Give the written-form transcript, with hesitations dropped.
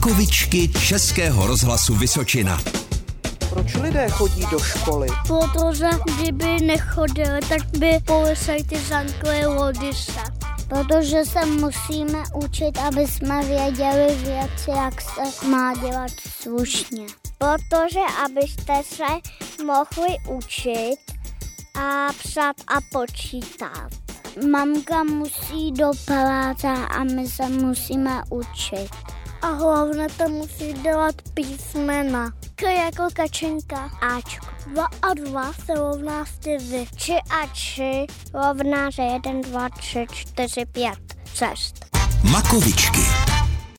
Makovičky Českého rozhlasu Vysočina. Proč lidé chodí do školy? Protože kdyby nechodili, tak by policajti zamkli Lodyše. Protože se musíme učit, aby jsme věděli věci, jak se má dělat slušně. Protože abyste se mohli učit a psát a počítat. Mamka musí do práce a my se musíme učit. A hlavně to musí dělat písmena. K jako kačenka. Ačko. 2 a 2 se rovná 4. 3 a 3 rovná 1, 2, 3, 4, 5, 6. Makovičky.